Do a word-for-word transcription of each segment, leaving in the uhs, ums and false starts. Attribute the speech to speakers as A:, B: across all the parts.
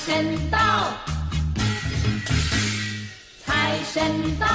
A: 神到，财神到，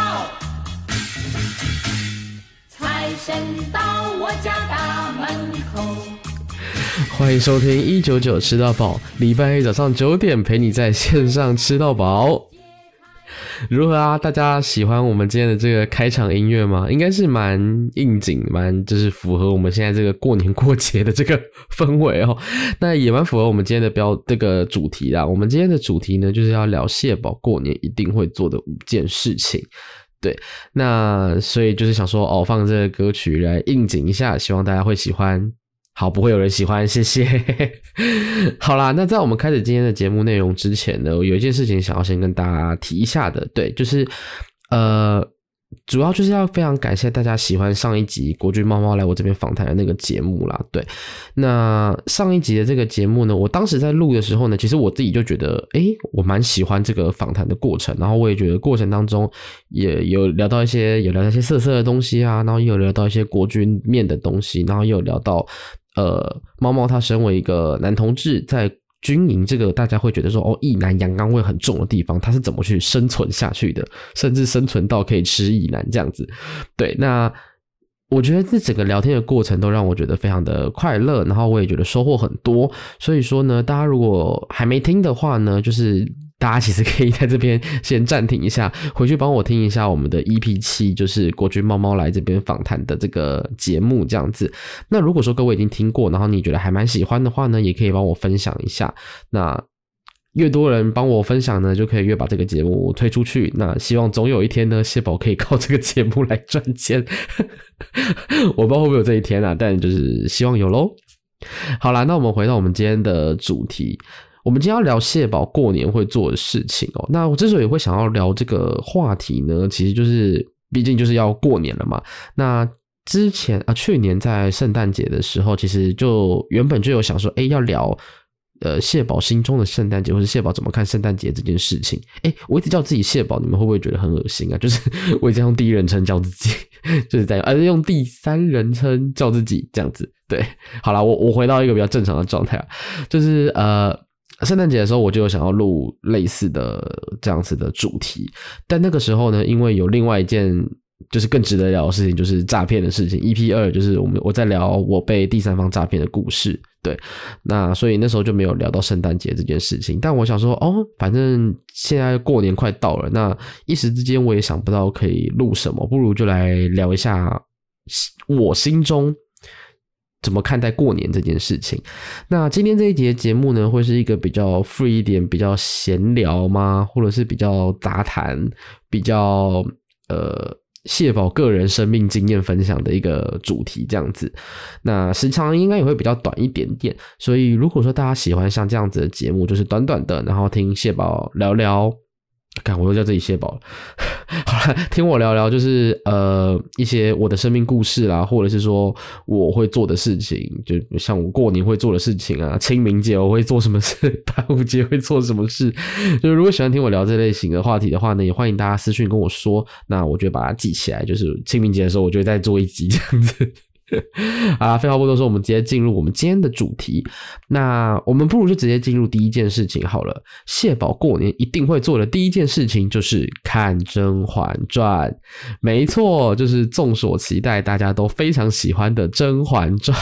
A: 财神到我家大门口。
B: 欢迎收听一九九吃到饱，礼拜一早上九点陪你在线上吃到饱。如何啊？大家喜欢我们今天的这个开场音乐吗？应该是蛮应景，蛮就是符合我们现在这个过年过节的这个氛围哦。那也蛮符合我们今天的标这个主题啦。我们今天的主题呢，就是要聊蟹堡过年一定会做的五件事情。对，那所以就是想说哦，放这个歌曲来应景一下，希望大家会喜欢。好，不会有人喜欢，谢谢。好啦，那在我们开始今天的节目内容之前呢，有一件事情想要先跟大家提一下的，对，就是呃，主要就是要非常感谢大家喜欢上一集国军猫猫来我这边访谈的那个节目啦，对。那上一集的这个节目呢，我当时在录的时候呢，其实我自己就觉得，诶，我蛮喜欢这个访谈的过程，然后我也觉得过程当中也有聊到一些，有聊到一些色色的东西啊，然后也有聊到一些国军面的东西，然后也有聊到。呃，猫猫他身为一个男同志，在军营这个大家会觉得说哦，异男阳刚味很重的地方，他是怎么去生存下去的，甚至生存到可以吃异男这样子。对，那我觉得这整个聊天的过程都让我觉得非常的快乐，然后我也觉得收获很多。所以说呢，大家如果还没听的话呢，就是大家其实可以在这边先暂停一下，回去帮我听一下我们的 E P 七，就是国军猫猫来这边访谈的这个节目这样子。那如果说各位已经听过，然后你觉得还蛮喜欢的话呢，也可以帮我分享一下。那越多人帮我分享呢，就可以越把这个节目推出去。那希望总有一天呢，蟹堡可以靠这个节目来赚钱。我不知道会不会有这一天啊，但就是希望有咯。好啦，那我们回到我们今天的主题。我们今天要聊蟹堡过年会做的事情哦。那我之所以会想要聊这个话题呢，其实就是毕竟就是要过年了嘛。那之前啊，去年在圣诞节的时候，其实就原本就有想说，诶，要聊呃蟹堡心中的圣诞节，或是蟹堡怎么看圣诞节这件事情。诶，我一直叫自己蟹堡，你们会不会觉得很恶心啊？就是我一直用第一人称叫自己，就是在呃用第三人称叫自己这样子。对，好啦，我我回到一个比较正常的状态啊，就是呃。圣诞节的时候我就有想要录类似的这样子的主题，但那个时候呢，因为有另外一件就是更值得聊的事情，就是诈骗的事情 E P 二 就是我们我在聊我被第三方诈骗的故事，对，那所以那时候就没有聊到圣诞节这件事情。但我想说哦，反正现在过年快到了，那一时之间我也想不到可以录什么，不如就来聊一下我心中怎么看待过年这件事情。那今天这一节节目呢，会是一个比较 free 一点，比较闲聊吗？或者是比较杂谈，比较呃蟹堡个人生命经验分享的一个主题这样子。那时长应该也会比较短一点点，所以如果说大家喜欢像这样子的节目，就是短短的，然后听蟹堡聊聊，看我又叫自己蟹堡了。好了，听我聊聊就是呃一些我的生命故事啦，或者是说我会做的事情，就像我过年会做的事情啊，清明节我会做什么事，端午节会做什么事。就是如果喜欢听我聊这类型的话题的话呢，也欢迎大家私讯跟我说，那我就把它记起来，就是清明节的时候我就会再做一集这样子。好啦，废话不多说，我们直接进入我们今天的主题。那我们不如就直接进入第一件事情好了。蟹堡过年一定会做的第一件事情就是看《甄嬛传》。没错，就是众所期待大家都非常喜欢的《甄嬛传》。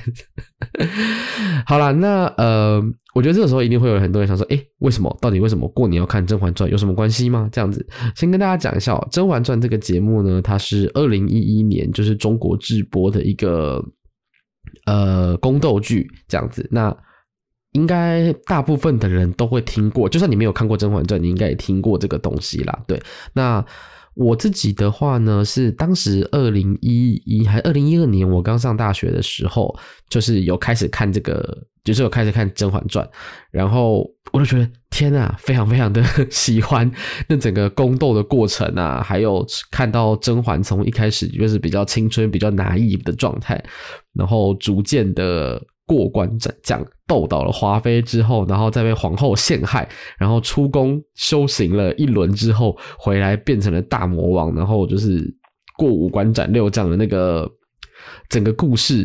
B: 好啦，那呃我觉得这个时候一定会有很多人想说，诶，为什么？到底为什么过年要看《甄嬛传》？有什么关系吗？这样子，先跟大家讲一下哦，《甄嬛传》这个节目呢，它是二零一一年就是中国制播的一个呃宫斗剧这样子。那应该大部分的人都会听过，就算你没有看过《甄嬛传》，你应该也听过这个东西啦。对，那我自己的话呢，是当时二零一一还二零一二年我刚上大学的时候，就是有开始看这个，就是有开始看《甄嬛传》，然后我就觉得天啊，非常非常的喜欢那整个宫斗的过程啊，还有看到甄嬛从一开始就是比较青春、比较naive的状态，然后逐渐的过关斩将，斗倒了华妃之后，然后再被皇后陷害，然后出宫修行了一轮之后回来变成了大魔王，然后就是过五关斩六将的那个整个故事，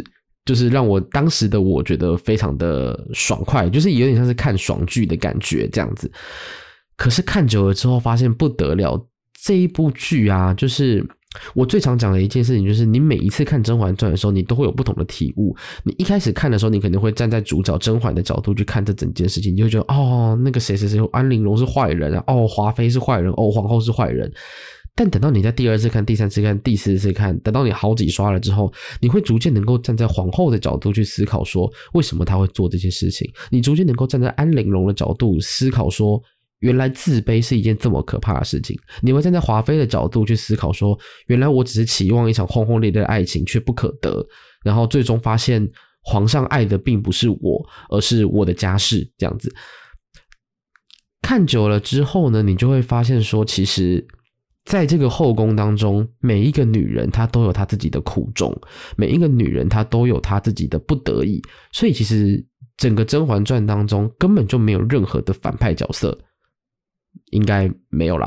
B: 就是让我当时的我觉得非常的爽快，就是有点像是看爽剧的感觉这样子。可是看久了之后发现不得了，这一部剧啊，就是我最常讲的一件事情，就是你每一次看《甄嬛传》的时候，你都会有不同的体悟。你一开始看的时候，你可能会站在主角甄嬛的角度去看这整件事情，你就会觉得哦，那个谁谁谁安陵容是坏人啊，哦，华妃是坏人，哦，皇后是坏人。但等到你在第二次看、第三次看、第四次看，等到你好几刷了之后，你会逐渐能够站在皇后的角度去思考说，为什么她会做这些事情？你逐渐能够站在安陵容的角度思考说，原来自卑是一件这么可怕的事情。你会站在华妃的角度去思考说，原来我只是期望一场轰轰烈烈的爱情却不可得，然后最终发现皇上爱的并不是我，而是我的家世，这样子。看久了之后呢，你就会发现说，其实在这个后宫当中，每一个女人她都有她自己的苦衷，每一个女人她都有她自己的不得已，所以其实整个《甄嬛传》当中根本就没有任何的反派角色，应该没有啦。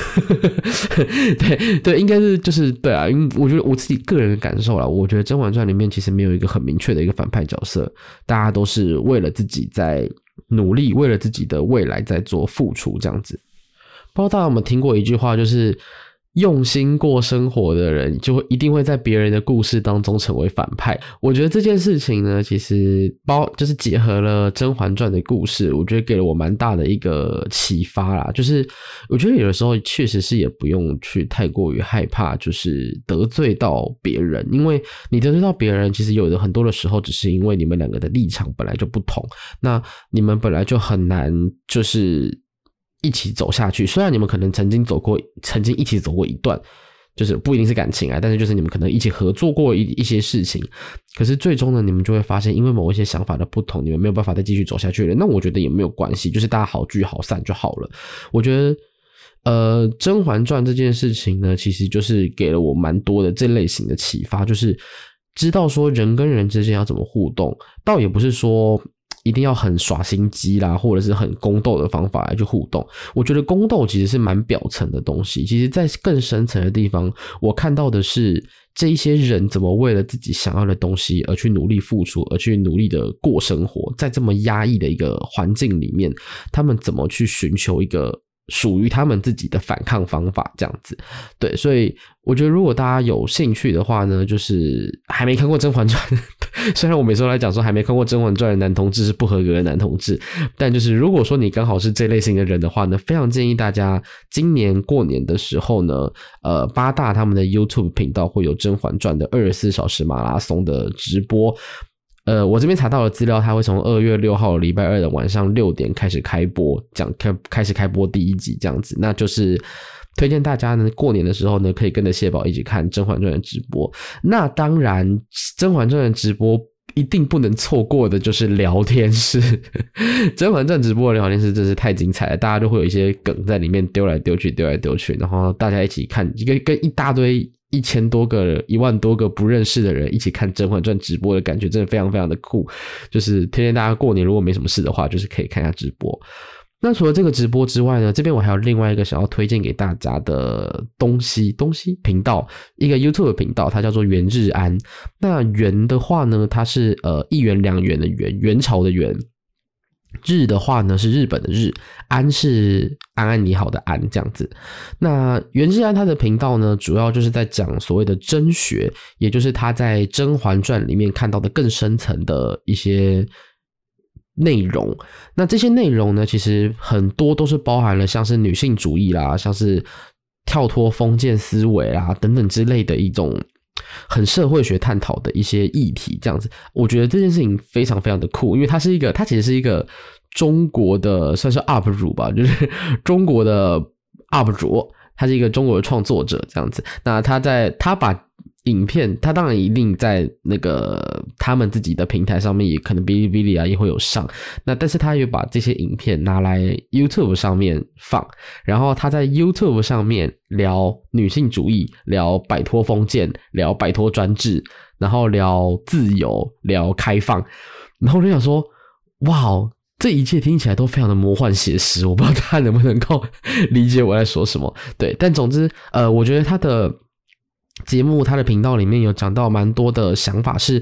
B: 对对，应该是就是对啊，因为我觉得我自己个人的感受啦，我觉得《甄嬛传》里面其实没有一个很明确的一个反派角色，大家都是为了自己在努力，为了自己的未来在做付出这样子。不知道大家有没有听过一句话，就是用心过生活的人就会一定会在别人的故事当中成为反派。我觉得这件事情呢，其实包就是结合了《甄嬛传》的故事，我觉得给了我蛮大的一个启发啦。就是我觉得有的时候确实是也不用去太过于害怕，就是得罪到别人，因为你得罪到别人，其实有的很多的时候只是因为你们两个的立场本来就不同，那你们本来就很难就是一起走下去。虽然你们可能曾经走过曾经一起走过一段，就是不一定是感情啊，但是就是你们可能一起合作过一一些事情，可是最终呢，你们就会发现因为某一些想法的不同，你们没有办法再继续走下去了。那我觉得也没有关系，就是大家好聚好散就好了。我觉得呃，《甄嬛传》这件事情呢，其实就是给了我蛮多的这类型的启发，就是知道说人跟人之间要怎么互动，倒也不是说一定要很耍心机啦，或者是很宫斗的方法来去互动。我觉得宫斗其实是蛮表层的东西，其实在更深层的地方，我看到的是这一些人怎么为了自己想要的东西而去努力付出，而去努力的过生活，在这么压抑的一个环境里面，他们怎么去寻求一个属于他们自己的反抗方法这样子。对，所以我觉得如果大家有兴趣的话呢，就是还没看过《甄嬛传》虽然我每次都来讲说还没看过《甄嬛传》的男同志是不合格的男同志，但就是如果说你刚好是这类型的人的话呢，非常建议大家今年过年的时候呢，呃，八大他们的 YouTube 频道会有《甄嬛传》的二十四小时马拉松的直播。呃，我这边查到的资料，它会从二月六号礼拜二的晚上六点开始开播，讲开开始开播第一集这样子，那就是推荐大家呢过年的时候呢，可以跟着蟹宝一起看《甄嬛传》的直播。那当然，《甄嬛传》的直播一定不能错过的就是聊天室，《甄嬛传》直播的聊天室真是太精彩了，大家都会有一些梗在里面丢来丢去，丢来丢去，然后大家一起看，一个跟一大堆一千多个、一万多个不认识的人一起看《甄嬛传》直播的感觉，真的非常非常的酷。就是推荐大家过年如果没什么事的话，就是可以看一下直播。那除了这个直播之外呢，这边我还有另外一个想要推荐给大家的东西，东西频道，一个 YouTube 频道，它叫做元日安。那元的话呢，它是呃一元两元的元，元朝的元。日的话呢是日本的日，安是安安你好的安这样子。那元日安他的频道呢，主要就是在讲所谓的甄学，也就是他在《甄嬛传》里面看到的更深层的一些内容。那这些内容呢，其实很多都是包含了像是女性主义啦，像是跳脱封建思维啦等等之类的一种很社会学探讨的一些议题这样子。我觉得这件事情非常非常的酷，因为它是一个它其实是一个中国的算是 U P 主吧，就是中国的 U P 主，他是一个中国的创作者这样子。那他在他把影片，他当然一定在那个他们自己的平台上面，也可能哔哩哔哩啊也会有上。那但是他也把这些影片拿来 YouTube 上面放，然后他在 YouTube 上面聊女性主义，聊摆脱封建，聊摆脱专制，然后聊自由，聊开放。然后我就想说，哇，这一切听起来都非常的魔幻写实，我不知道大家能不能够理解我在说什么。对，但总之呃我觉得他的节目他的频道里面有讲到蛮多的想法，是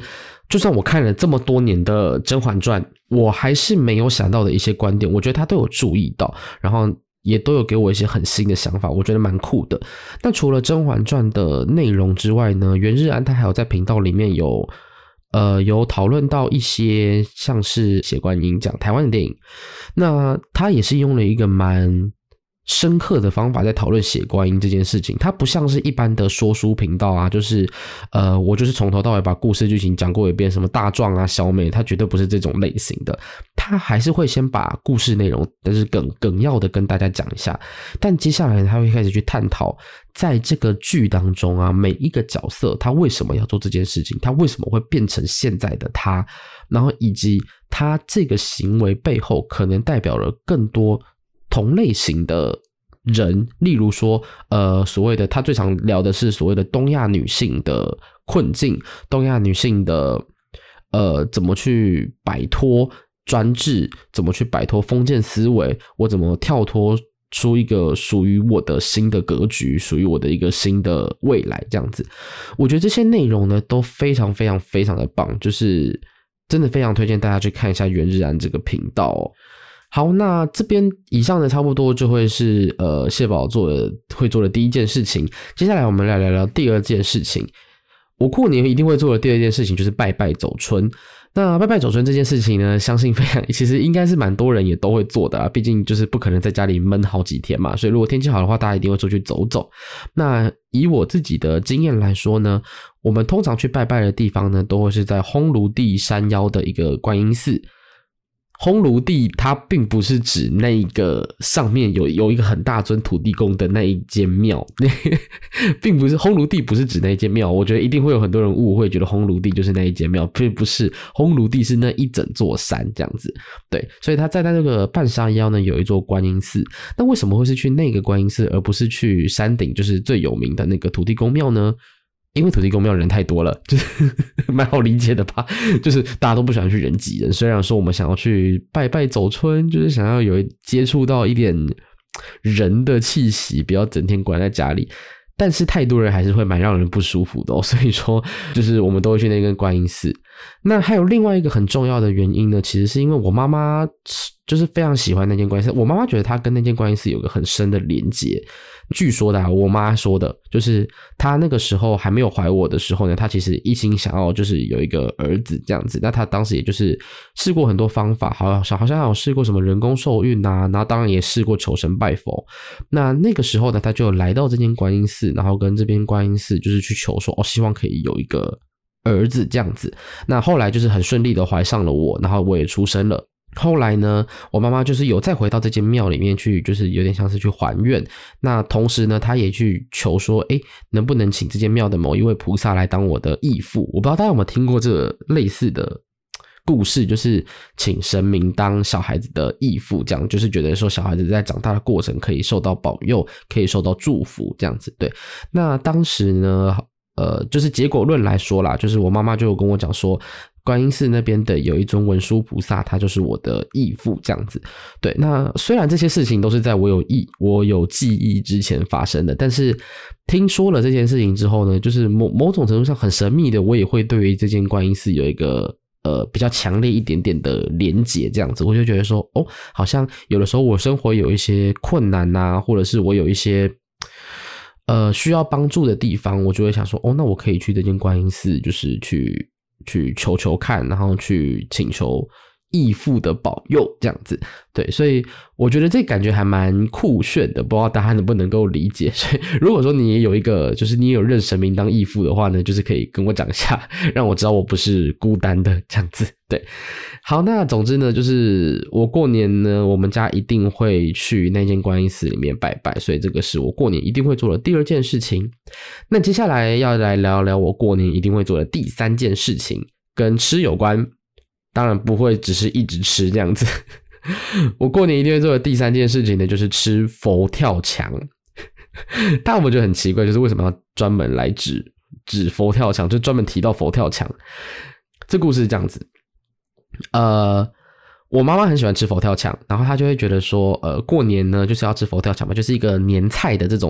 B: 就算我看了这么多年的《甄嬛传》，我还是没有想到的一些观点，我觉得他都有注意到，然后也都有给我一些很新的想法，我觉得蛮酷的。那除了《甄嬛传》的内容之外呢，袁日安他还有在频道里面有呃有讨论到一些像是血观音讲台湾的电影，那他也是用了一个蛮深刻的方法在讨论血观音这件事情。它不像是一般的说书频道啊，就是呃我就是从头到尾把故事剧情讲过一遍，什么大壮啊小美，它绝对不是这种类型的，他还是会先把故事内容但是梗梗要的跟大家讲一下，但接下来他会开始去探讨在这个剧当中啊，每一个角色他为什么要做这件事情，他为什么会变成现在的他，然后以及他这个行为背后可能代表了更多同类型的人，例如说呃，所谓的他最常聊的是所谓的东亚女性的困境，东亚女性的呃怎么去摆脱专制，怎么去摆脱封建思维，我怎么跳脱出一个属于我的新的格局，属于我的一个新的未来这样子。我觉得这些内容呢都非常非常非常的棒，就是真的非常推荐大家去看一下袁日安这个频道哦。好，那这边以上的差不多就会是呃谢宝做的会做的第一件事情。接下来我们来聊聊第二件事情。我过年一定会做的第二件事情就是拜拜走春。那拜拜走春这件事情呢，相信非常其实应该是蛮多人也都会做的啊，毕竟就是不可能在家里闷好几天嘛，所以如果天气好的话，大家一定会出去走走。那以我自己的经验来说呢，我们通常去拜拜的地方呢，都会是在烘炉地山腰的一个观音寺。烘炉地它并不是指那一个上面有有一个很大尊土地公的那一间庙，并不是烘炉地不是指那一间庙，我觉得一定会有很多人误会，觉得烘炉地就是那一间庙，并不是，烘炉地是那一整座山这样子。对，所以他在那个半山腰呢有一座观音寺。那为什么会是去那个观音寺而不是去山顶就是最有名的那个土地公庙呢？因为土地公庙人太多了，就是蛮好理解的吧，就是大家都不喜欢去人挤人。虽然说我们想要去拜拜走春，就是想要有接触到一点人的气息，不要整天关在家里，但是太多人还是会蛮让人不舒服的哦。所以说就是我们都会去那间观音寺。那还有另外一个很重要的原因呢，其实是因为我妈妈就是非常喜欢那间观音寺，我妈妈觉得她跟那间观音寺有个很深的连结。据说的啊，我妈说的，就是她那个时候还没有怀我的时候呢，她其实一心想要就是有一个儿子这样子。那她当时也就是试过很多方法，好像好像有试过什么人工受孕啊，然后当然也试过求神拜佛。那那个时候呢，她就来到这间观音寺，然后跟这边观音寺就是去求说，哦，希望可以有一个儿子这样子。那后来就是很顺利的怀上了我，然后我也出生了。后来呢，我妈妈就是有再回到这间庙里面去，就是有点像是去还愿。那同时呢，她也去求说，诶，能不能请这间庙的某一位菩萨来当我的义父？我不知道大家有没有听过这个类似的故事，就是请神明当小孩子的义父，这样就是觉得说小孩子在长大的过程可以受到保佑，可以受到祝福这样子。对，那当时呢，呃，就是结果论来说啦，就是我妈妈就有跟我讲说，观音寺那边的有一尊文殊菩萨，他就是我的义父这样子。对，那虽然这些事情都是在我有意我有记忆之前发生的，但是听说了这件事情之后呢，就是某某种程度上很神秘的，我也会对于这间观音寺有一个呃比较强烈一点点的连结这样子。我就觉得说，哦，好像有的时候我生活有一些困难啊，或者是我有一些呃需要帮助的地方，我就会想说，哦，那我可以去这间观音寺，就是去去求求看，然后去请求义父的保佑这样子。对，所以我觉得这感觉还蛮酷炫的，不知道大家能不能够理解。所以如果说你也有一个就是你也有认神明当义父的话呢，就是可以跟我讲一下，让我知道我不是孤单的这样子。对，好，那总之呢，就是我过年呢，我们家一定会去那间观音寺里面拜拜，所以这个是我过年一定会做的第二件事情。那接下来要来聊聊我过年一定会做的第三件事情，跟吃有关，当然不会只是一直吃这样子。我过年一定会做的第三件事情呢，就是吃佛跳墙。大家我觉得很奇怪，就是为什么要专门来指指佛跳墙，就专门提到佛跳墙。这故事是这样子，呃，我妈妈很喜欢吃佛跳墙，然后她就会觉得说，呃，过年呢就是要吃佛跳墙嘛，就是一个年菜的这种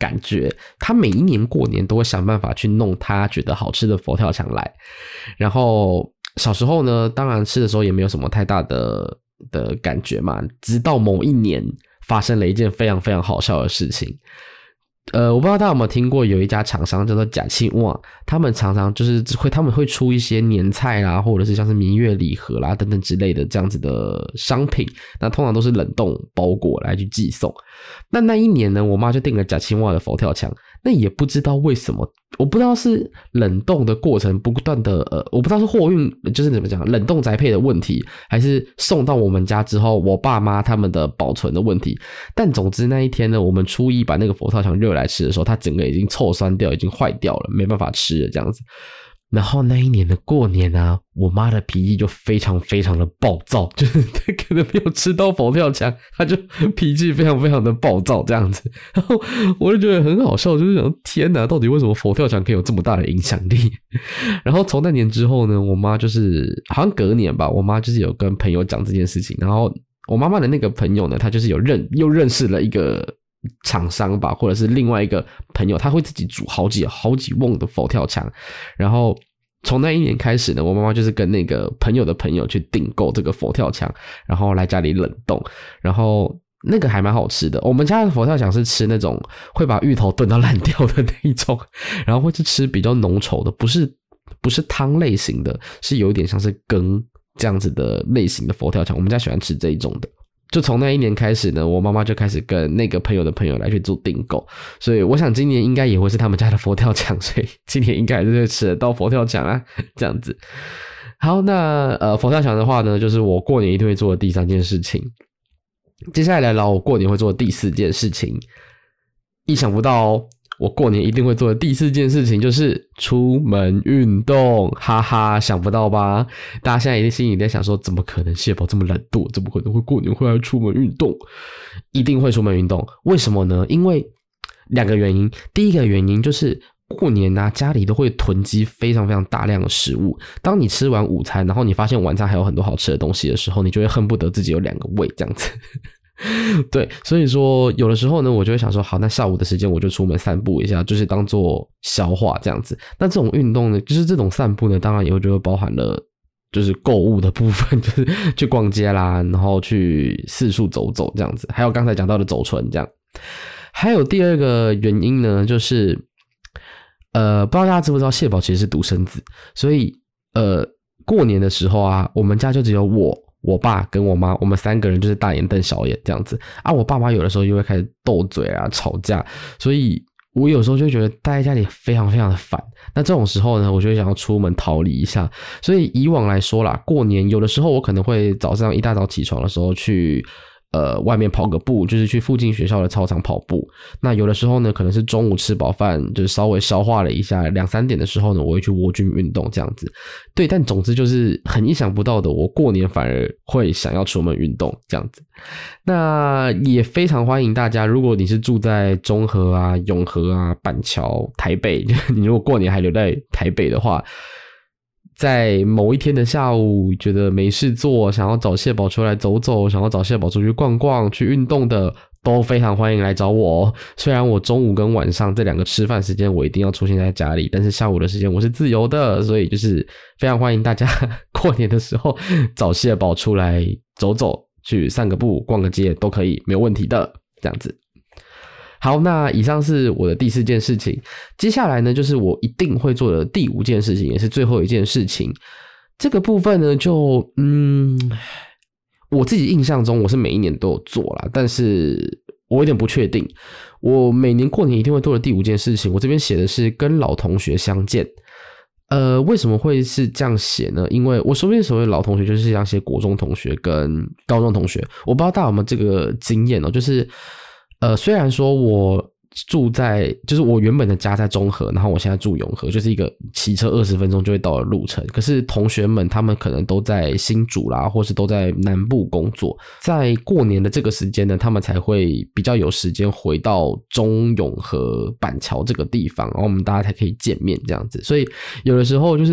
B: 感觉，他每一年过年都会想办法去弄他觉得好吃的佛跳墙来。然后小时候呢，当然吃的时候也没有什么太大的的感觉嘛，直到某一年发生了一件非常非常好笑的事情。呃，我不知道大家有没有听过，有一家厂商叫做假青旺，他们常常就是会他们会出一些年菜啦，或者是像是蜜月礼盒啦等等之类的这样子的商品，那通常都是冷冻包裹来去寄送。那那一年呢，我妈就订了假青旺的佛跳墙，那也不知道为什么，我不知道是冷冻的过程不断的呃，我不知道是货运就是怎么讲冷冻宅配的问题，还是送到我们家之后我爸妈他们的保存的问题。但总之那一天呢，我们初一把那个佛跳墙热来吃的时候，它整个已经臭酸掉，已经坏掉了，没办法吃了这样子。然后那一年的过年啊，我妈的脾气就非常非常的暴躁，就是她可能没有吃到佛跳墙，她就脾气非常非常的暴躁这样子。然后我就觉得很好笑，就是想天哪，到底为什么佛跳墙可以有这么大的影响力？然后从那年之后呢，我妈就是好像隔年吧，我妈就是有跟朋友讲这件事情，然后我妈妈的那个朋友呢，他就是有认又认识了一个厂商吧，或者是另外一个朋友，他会自己煮好几好几瓮的佛跳墙。然后从那一年开始呢，我妈妈就是跟那个朋友的朋友去订购这个佛跳墙，然后来家里冷冻，然后那个还蛮好吃的。我们家的佛跳墙是吃那种会把芋头炖到烂掉的那一种，然后会去吃比较浓稠的，不是不是汤类型的，是有一点像是羹这样子的类型的佛跳墙，我们家喜欢吃这一种的。就从那一年开始呢，我妈妈就开始跟那个朋友的朋友来去做订购，所以我想今年应该也会是他们家的佛跳墙，所以今年应该还是会吃得到佛跳墙啊，这样子。好，那呃佛跳墙的话呢，就是我过年一定会做的第三件事情。接下来来聊我过年会做的第四件事情，意想不到哦，我过年一定会做的第四件事情就是出门运动，哈哈，想不到吧？大家现在一定心里在想说，怎么可能蟹堡这么懒惰，怎么可能会过年会来出门运动？一定会出门运动，为什么呢？因为两个原因，第一个原因就是过年啊，家里都会囤积非常非常大量的食物。当你吃完午餐，然后你发现晚餐还有很多好吃的东西的时候，你就会恨不得自己有两个胃这样子。对，所以说有的时候呢，我就会想说，好，那下午的时间我就出门散步一下，就是当做消化这样子。那这种运动呢，就是这种散步呢，当然也会就会包含了就是购物的部分，就是去逛街啦，然后去四处走走这样子，还有刚才讲到的走春这样。还有第二个原因呢，就是呃，不知道大家知不知道蟹堡其实是独生子，所以呃，过年的时候啊，我们家就只有我。我爸跟我妈，我们三个人就是大眼瞪小眼这样子啊。我爸妈有的时候又会开始斗嘴啊、吵架，所以我有时候就觉得待在家里非常非常的烦。那这种时候呢，我就会想要出门逃离一下。所以以往来说啦，过年有的时候我可能会早上一大早起床的时候去呃外面跑个步，就是去附近学校的操场跑步。那有的时候呢，可能是中午吃饱饭，就是稍微消化了一下，两三点的时候呢，我会去蜗居运动这样子。对，但总之就是很意想不到的，我过年反而会想要出门运动这样子。那也非常欢迎大家，如果你是住在中和啊、永和啊、板桥、台北，你如果过年还留在台北的话，在某一天的下午觉得没事做，想要找蟹堡出来走走，想要找蟹堡出去逛逛去运动的，都非常欢迎来找我哦。虽然我中午跟晚上这两个吃饭时间我一定要出现在家里，但是下午的时间我是自由的，所以就是非常欢迎大家过年的时候找蟹堡出来走走，去散个步逛个街都可以，没有问题的这样子。好，那以上是我的第四件事情。接下来呢，就是我一定会做的第五件事情，也是最后一件事情。这个部分呢，就嗯，我自己印象中我是每一年都有做啦，但是我有点不确定。我每年过年一定会做的第五件事情，我这边写的是跟老同学相见。呃，为什么会是这样写呢？因为我说不定所谓老同学就是像写国中同学跟高中同学，我不知道大家有没有这个经验哦，就是呃，虽然说我住在，就是我原本的家在中和，然后我现在住永和，就是一个骑车二十分钟就会到的路程。可是同学们他们可能都在新竹啦，或是都在南部工作，在过年的这个时间呢，他们才会比较有时间回到中永和板桥这个地方，然后我们大家才可以见面这样子。所以有的时候就是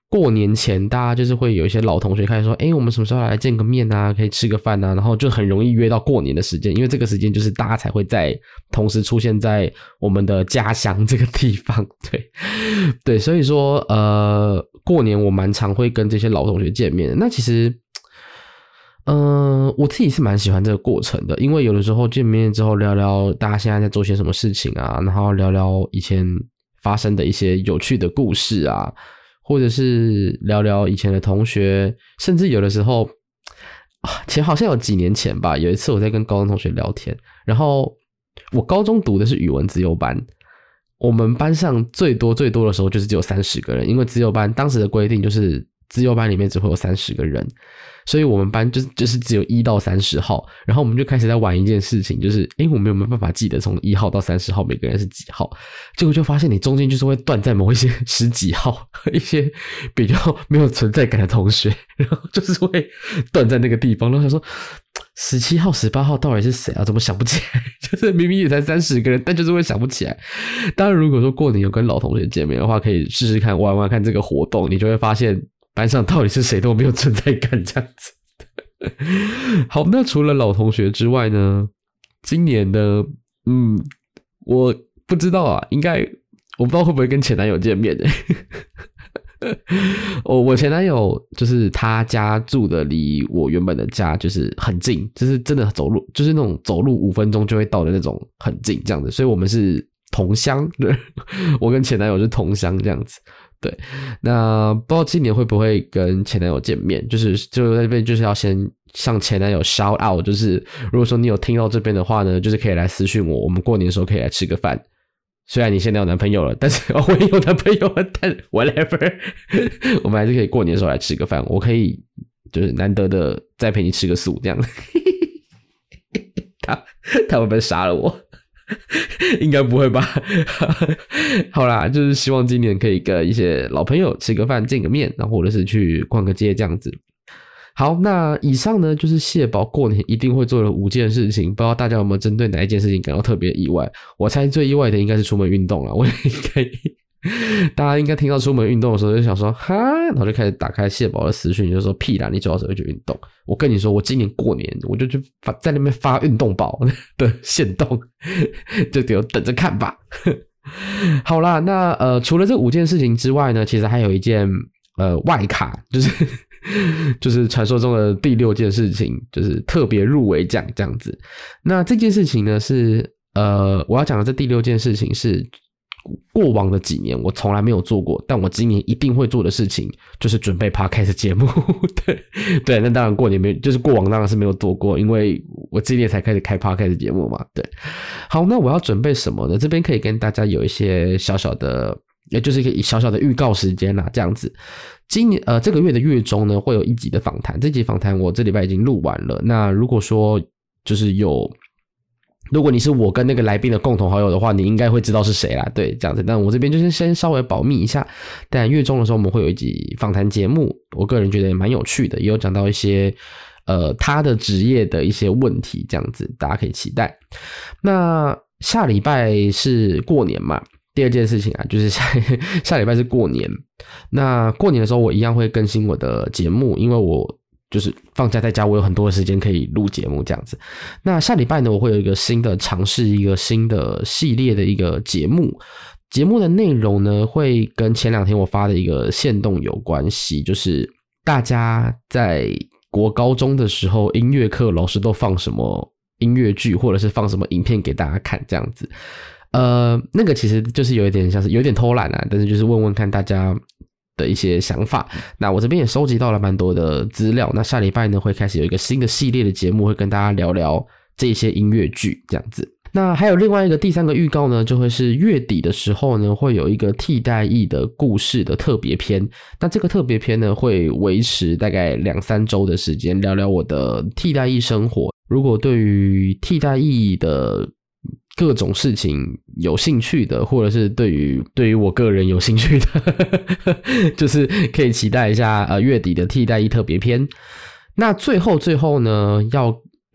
B: 过年前大家就是会有一些老同学开始说，诶，我们什么时候来见个面啊，可以吃个饭啊，然后就很容易约到过年的时间，因为这个时间就是大家才会在同时出现在我们的家乡这个地方。对对，所以说呃，过年我蛮常会跟这些老同学见面的。那其实嗯、呃，我自己是蛮喜欢这个过程的，因为有的时候见面之后聊聊大家现在在做些什么事情啊，然后聊聊以前发生的一些有趣的故事啊，或者是聊聊以前的同学，甚至有的时候其实好像有几年前吧，有一次我在跟高中同学聊天，然后我高中读的是语文资优班，我们班上最多最多的时候就是只有三十个人，因为资优班当时的规定就是资优班里面只会有三十个人，所以我们班就是就是只有一到三十号，然后我们就开始在玩一件事情，就是诶我们有没有办法记得从一号到三十号每个人是几号？结果就发现你中间就是会断在某一些十几号，一些比较没有存在感的同学，然后就是会断在那个地方，然后想说十七号、十八号到底是谁啊？怎么想不起来？就是明明也才三十个人，但就是会想不起来。当然，如果说过年有跟老同学见面的话，可以试试看玩玩看这个活动，你就会发现班上到底是谁都没有存在感这样子。好，那除了老同学之外呢，今年呢，嗯，我不知道啊，应该我不知道会不会跟前男友见面的。我我前男友就是他家住的离我原本的家就是很近，就是真的走路就是那种走路五分钟就会到的那种很近这样子，所以我们是同乡，对，我跟前男友是同乡这样子。对，那不知道今年会不会跟前男友见面，就是就在这边就是要先向前男友 shout out， 就是如果说你有听到这边的话呢，就是可以来私讯我，我们过年的时候可以来吃个饭。虽然你现在有男朋友了，但是、哦、我也有男朋友了，但 whatever， 我们还是可以过年的时候来吃个饭，我可以就是难得的再陪你吃个素这样。他他会不会杀了我？应该不会吧。好啦，就是希望今年可以跟一些老朋友吃个饭见个面，然后或者是去逛个街这样子。好，那以上呢就是蟹堡过年一定会做的五件事情，不知道大家有没有针对哪一件事情感到特别意外？我猜最意外的应该是出门运动啦，我应该大家应该听到出门运动的时候就想说哈，然后就开始打开蟹堡的私讯，就说屁啦，你最好是会去运动。我跟你说，我今年过年我就去发在那边发运动宝的限动，就给我等着看吧。好啦，那呃除了这五件事情之外呢，其实还有一件呃外卡，就是就是传说中的第六件事情，就是特别入围奖这样子。那这件事情呢是呃我要讲的这第六件事情是过往的几年我从来没有做过，但我今年一定会做的事情就是准备 podcast 节目。对对，那当然过年没就是过往当然是没有做过，因为我今年才开始开 podcast 节目嘛。对，好，那我要准备什么呢？这边可以跟大家有一些小小的，也就是一个小小的预告时间啦，这样子。今年呃这个月的月中呢会有一集的访谈，这集访谈我这礼拜已经录完了。那如果说就是有如果你是我跟那个来宾的共同好友的话，你应该会知道是谁啦，对，这样子。但我这边就是先稍微保密一下。但月中的时候我们会有一集访谈节目，我个人觉得也蛮有趣的，也有讲到一些呃他的职业的一些问题，这样子大家可以期待。那下礼拜是过年嘛，第二件事情啊，就是下下礼拜是过年。那过年的时候我一样会更新我的节目，因为我就是放假在家，我有很多的时间可以录节目这样子。那下礼拜呢，我会有一个新的尝试，一个新的系列的一个节目。节目的内容呢，会跟前两天我发的一个限动有关系，就是大家在国高中的时候，音乐课老师都放什么音乐剧，或者是放什么影片给大家看这样子。呃，那个其实就是有一点像是有点偷懒啊，但是就是问问看大家的一些想法。那我这边也收集到了蛮多的资料，那下礼拜呢会开始有一个新的系列的节目，会跟大家聊聊这些音乐剧这样子。那还有另外一个第三个预告呢，就会是月底的时候呢会有一个替代役的故事的特别篇。那这个特别篇呢会维持大概两三周的时间，聊聊我的替代役生活。如果对于替代役的各种事情有兴趣的，或者是对于对于我个人有兴趣的就是可以期待一下呃月底的替代役特别篇。那最后最后呢要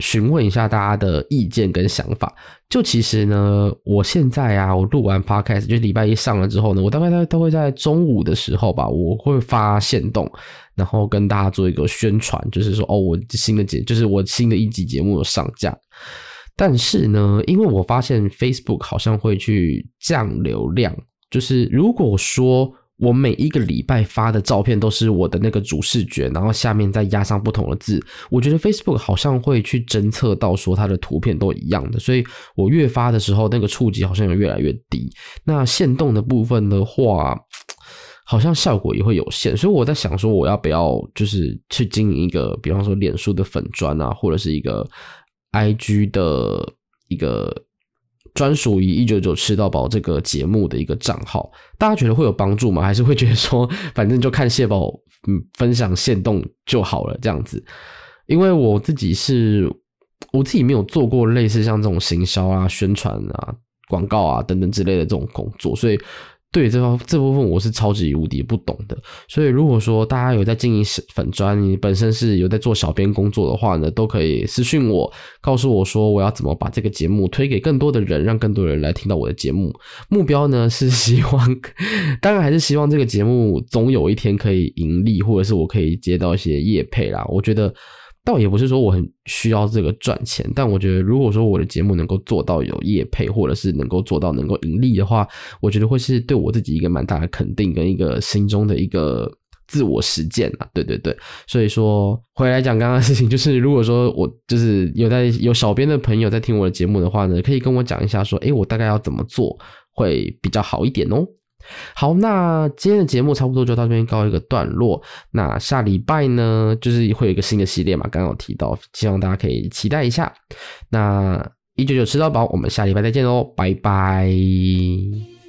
B: 询问一下大家的意见跟想法。就其实呢，我现在啊，我录完 podcast 就礼拜一上了之后呢，我大概都会在中午的时候吧，我会发限动，然后跟大家做一个宣传，就是说哦，我新的节就是我新的一集节目有上架。但是呢，因为我发现 Facebook 好像会去降流量，就是如果说我每一个礼拜发的照片都是我的那个主视觉，然后下面再压上不同的字，我觉得 Facebook 好像会去侦测到说它的图片都一样的，所以我越发的时候那个触及好像有越来越低。那限动的部分的话，好像效果也会有限，所以我在想说我要不要就是去经营一个比方说脸书的粉专啊，或者是一个 I G 的一个专属于一九九吃到饱这个节目的一个账号，大家觉得会有帮助吗？还是会觉得说反正就看蟹堡嗯分享限动就好了这样子？因为我自己是我自己没有做过类似像这种行销啊、宣传啊、广告啊等等之类的这种工作，所以对于这方这部分我是超级无敌不懂的。所以如果说大家有在经营粉专，你本身是有在做小编工作的话呢，都可以私讯我，告诉我说我要怎么把这个节目推给更多的人，让更多人来听到我的节目。目标呢是希望当然还是希望这个节目总有一天可以盈利，或者是我可以接到一些业配啦。我觉得倒也不是说我很需要这个赚钱，但我觉得如果说我的节目能够做到有业配，或者是能够做到能够盈利的话，我觉得会是对我自己一个蛮大的肯定跟一个心中的一个自我实践啊。对对对，所以说回来讲刚刚的事情，就是如果说我就是有在有小编的朋友在听我的节目的话呢，可以跟我讲一下说诶我大概要怎么做会比较好一点哦。好，那今天的节目差不多就到这边告一个段落。那下礼拜呢，就是会有一个新的系列嘛，刚刚有提到，希望大家可以期待一下。那一九九吃到饱，我们下礼拜再见喽，拜拜。